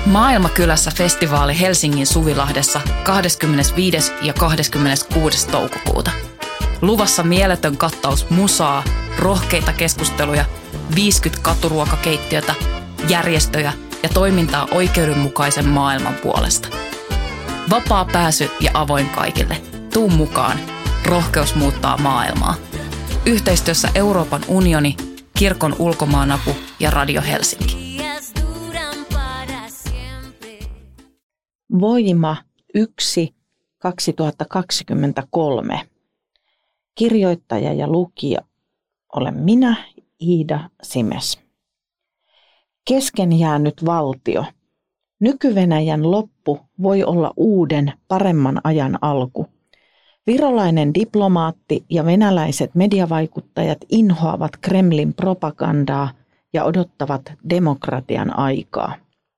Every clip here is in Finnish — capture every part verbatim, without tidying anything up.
Maailmakylässä festivaali Helsingin Suvilahdessa kahdeskymmenesviides ja kahdeskymmeneskuudes toukokuuta. Luvassa mieletön kattaus musaa, rohkeita keskusteluja, viisikymmentä katuruokakeittiötä, järjestöjä ja toimintaa oikeudenmukaisen maailman puolesta. Vapaa pääsy ja avoin kaikille. Tuu mukaan. Rohkeus muuttaa maailmaa. Yhteistyössä Euroopan unioni, Kirkon ulkomaanapu ja Radio Helsinki. Voima yksi kaksituhattakaksikymmentäkolme. Kirjoittaja ja lukija olen minä, Iida Simes. Kesken jäänyt valtio. Nyky-Venäjän loppu voi olla uuden, paremman ajan alku. Virolainen diplomaatti ja venäläiset mediavaikuttajat inhoavat Kremlin propagandaa ja odottavat demokratian aikaa.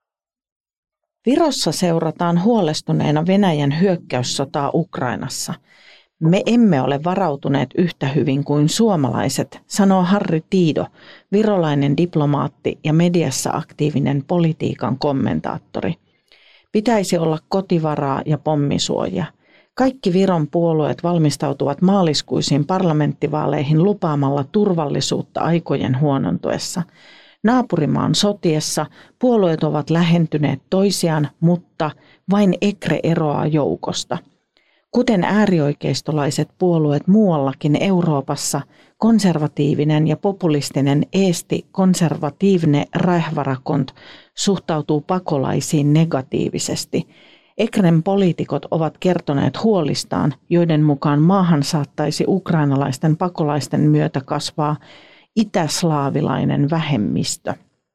Virossa seurataan huolestuneena Venäjän hyökkäyssotaa Ukrainassa. Me emme ole varautuneet yhtä hyvin kuin suomalaiset, sanoo Harri Tiido, virolainen diplomaatti ja mediassa aktiivinen politiikan kommentaattori. Pitäisi olla kotivaraa ja pommisuoja. Kaikki Viron puolueet valmistautuvat maaliskuisiin parlamenttivaaleihin lupaamalla turvallisuutta aikojen huonontuessa. Naapurimaan sotiessa puolueet ovat lähentyneet toisiaan, mutta vain EKRE eroaa joukosta. Kuten äärioikeistolaiset puolueet muuallakin Euroopassa, konservatiivinen ja populistinen Eesti konservatiivne Rähvarakont suhtautuu pakolaisiin negatiivisesti. EKREn poliitikot ovat kertoneet huolistaan, joiden mukaan maahan saattaisi ukrainalaisten pakolaisten myötä kasvaa itäslaavilainen vähemmistö.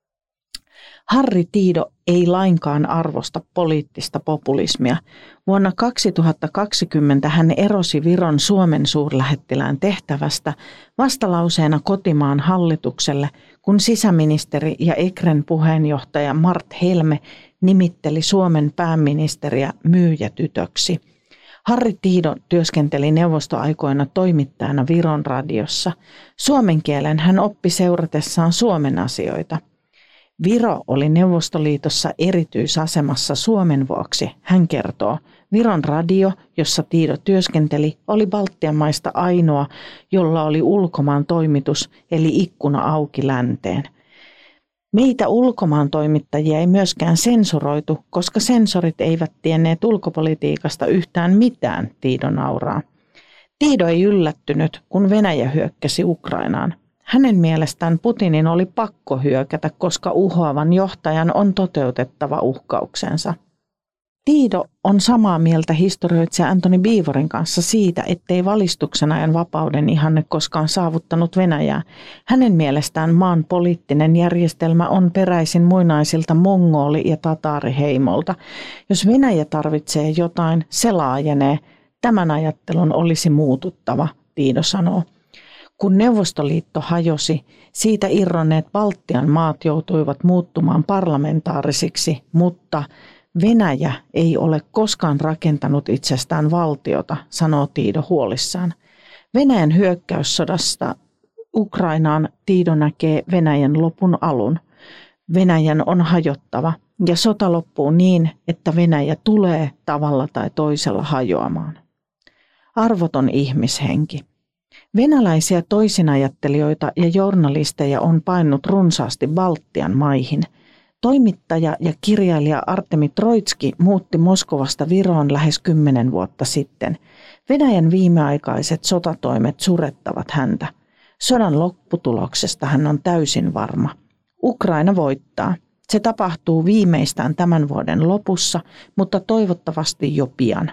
Harri Tiido ei lainkaan arvosta poliittista populismia. Vuonna kaksituhattakaksikymmentä hän erosi Viron Suomen suurlähettilään tehtävästä vastalauseena kotimaan hallitukselle, kun sisäministeri ja EKREn puheenjohtaja Mart Helme nimitteli Suomen pääministeriä myyjätytöksi. Harri Tiido työskenteli neuvostoaikoina toimittajana Viron radiossa. Suomen kielen hän oppi seuratessaan Suomen asioita. Viro oli Neuvostoliitossa erityisasemassa Suomen vuoksi, hän kertoo. Viron radio, jossa Tiido työskenteli, oli Baltian maista ainoa, jolla oli ulkomaan toimitus eli ikkuna auki länteen. Meitä ulkomaan toimittajia ei myöskään sensuroitu, koska sensorit eivät tienneet ulkopolitiikasta yhtään mitään, Tiido nauraa. Tiido ei yllättynyt, kun Venäjä hyökkäsi Ukrainaan. Hänen mielestään Putinin oli pakko hyökätä, koska uhoavan johtajan on toteutettava uhkauksensa. Tiido on samaa mieltä historioitsija Antoni Beevorin kanssa siitä, ettei valistuksen ajan vapauden ihanne koskaan saavuttanut Venäjää. Hänen mielestään maan poliittinen järjestelmä on peräisin muinaisilta mongoli- ja tataariheimolta. Jos Venäjä tarvitsee jotain, se laajenee. Tämän ajattelun olisi muututtava, Tiido sanoo. Kun Neuvostoliitto hajosi, siitä irronneet Baltian maat joutuivat muuttumaan parlamentaarisiksi, mutta Venäjä ei ole koskaan rakentanut itsestään valtiota, sanoo Tiido huolissaan. Venäjän hyökkäyssodasta Ukrainaan Tiido näkee Venäjän lopun alun. Venäjän on hajottava ja sota loppuu niin, että Venäjä tulee tavalla tai toisella hajoamaan. Arvoton ihmishenki. Venäläisiä toisinajattelijoita ja journalisteja on painut runsaasti Baltian maihin. Toimittaja ja kirjailija Artemi Troitski muutti Moskovasta Viroon lähes kymmenen vuotta sitten. Venäjän viimeaikaiset sotatoimet surettavat häntä. Sodan lopputuloksesta hän on täysin varma. Ukraina voittaa. Se tapahtuu viimeistään tämän vuoden lopussa, mutta toivottavasti jo pian.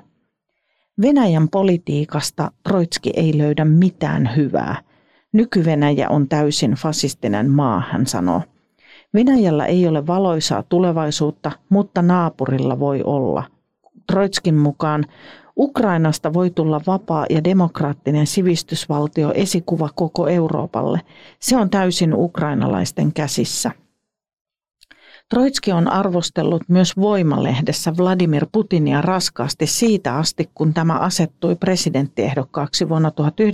Venäjän politiikasta Troitski ei löydä mitään hyvää. Nyky-Venäjä on täysin fasistinen maa, hän sanoo. Venäjällä ei ole valoisaa tulevaisuutta, mutta naapurilla voi olla. Troitskin mukaan Ukrainasta voi tulla vapaa ja demokraattinen sivistysvaltio esikuva koko Euroopalle. Se on täysin ukrainalaisten käsissä. Troitski on arvostellut myös Voima-lehdessä Vladimir Putinia raskaasti siitä asti, kun tämä asettui presidenttiehdokkaaksi vuonna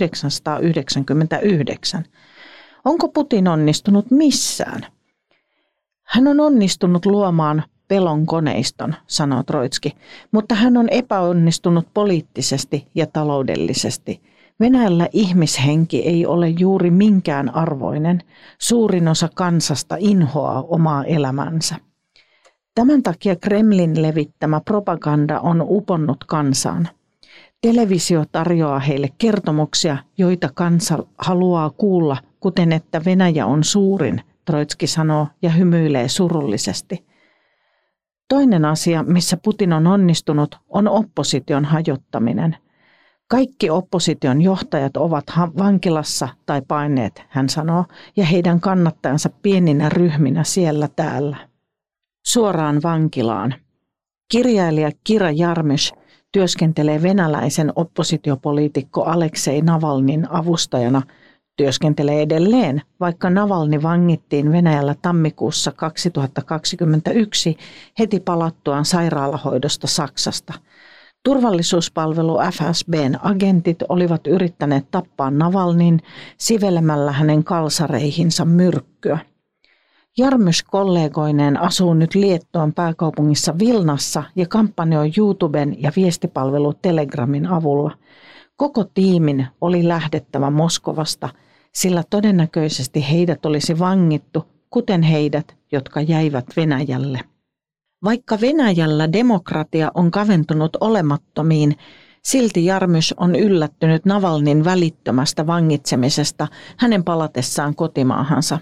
tuhatyhdeksänsataayhdeksänkymmentäyhdeksän. Onko Putin onnistunut missään? Hän on onnistunut luomaan pelon koneiston, sanoo Troitski, mutta hän on epäonnistunut poliittisesti ja taloudellisesti. Venäjällä ihmishenki ei ole juuri minkään arvoinen. Suurin osa kansasta inhoaa omaa elämänsä. Tämän takia Kremlin levittämä propaganda on uponnut kansaan. Televisio tarjoaa heille kertomuksia, joita kansa haluaa kuulla, kuten että Venäjä on suurin, Troitski sanoo ja hymyilee surullisesti. Toinen asia, missä Putin on onnistunut, on opposition hajottaminen. Kaikki opposition johtajat ovat vankilassa tai paineet, hän sanoo, ja heidän kannattajansa pieninä ryhminä siellä täällä. Suoraan vankilaan. Kirjailija Kira Jarmysh työskentelee venäläisen oppositiopoliitikko Aleksei Navalnin avustajana, työskentelee edelleen, vaikka Navalny vangittiin Venäjällä tammikuussa kaksituhattakaksikymmentäyksi heti palattuaan sairaalahoidosta Saksasta. Turvallisuuspalvelu F S B:n agentit olivat yrittäneet tappaa Navalnin sivelemällä hänen kalsareihinsa myrkkyä. Jarmysh kollegoineen asuu nyt Liettuan pääkaupungissa Vilnassa ja kampanjoi YouTuben ja viestipalvelu Telegramin avulla. Koko tiimin oli lähdettävä Moskovasta, sillä todennäköisesti heidät olisi vangittu, kuten heidät, jotka jäivät Venäjälle. Vaikka Venäjällä demokratia on kaventunut olemattomiin, silti Jarmysh on yllättynyt Navalnin välittömästä vangitsemisesta hänen palatessaan kotimaahansa.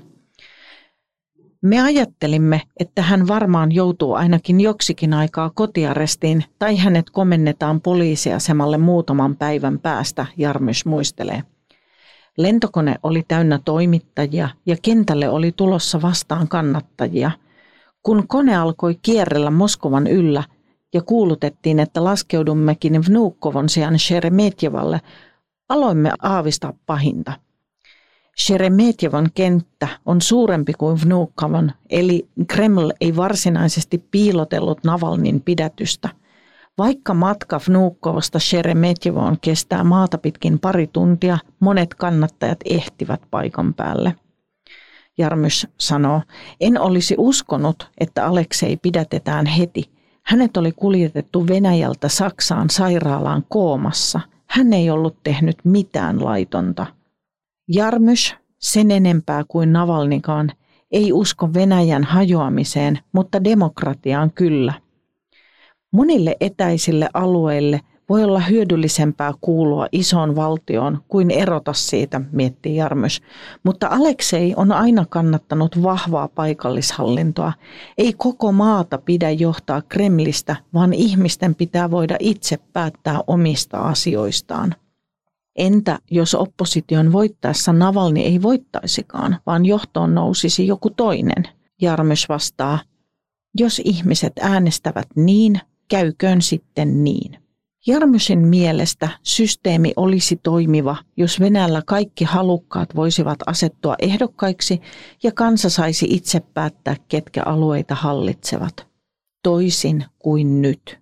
Me ajattelimme, että hän varmaan joutuu ainakin joksikin aikaa kotiarestiin tai hänet komennetaan poliisiasemalle muutaman päivän päästä, Jarmysh muistelee. Lentokone oli täynnä toimittajia ja kentälle oli tulossa vastaan kannattajia. Kun kone alkoi kierrellä Moskovan yllä ja kuulutettiin, että laskeudummekin Vnukovon sijaan Sheremetjevalle, aloimme aavistaa pahinta. Sheremetjevan kenttä on suurempi kuin Vnukovon, eli Kreml ei varsinaisesti piilotellut Navalnin pidätystä. Vaikka matka Vnukovasta Sheremetjevaan kestää maata pitkin pari tuntia, monet kannattajat ehtivät paikan päälle. Jarmysh sanoo, en olisi uskonut, että Aleksei pidätetään heti. Hänet oli kuljetettu Venäjältä Saksaan sairaalaan koomassa. Hän ei ollut tehnyt mitään laitonta. Jarmysh, sen enempää kuin Navalnikaan, ei usko Venäjän hajoamiseen, mutta demokratiaan kyllä. Monille etäisille alueille voi olla hyödyllisempää kuulua isoon valtioon kuin erota siitä, miettii Jarmysh. Mutta Aleksei on aina kannattanut vahvaa paikallishallintoa. Ei koko maata pidä johtaa Kremlistä, vaan ihmisten pitää voida itse päättää omista asioistaan. Entä jos opposition voittaessa Navalny ei voittaisikaan, vaan johtoon nousisi joku toinen? Jarmysh vastaa, jos ihmiset äänestävät niin, käyköön sitten niin. Jarmyshin mielestä systeemi olisi toimiva, jos Venäjällä kaikki halukkaat voisivat asettua ehdokkaiksi ja kansa saisi itse päättää, ketkä alueita hallitsevat. Toisin kuin nyt.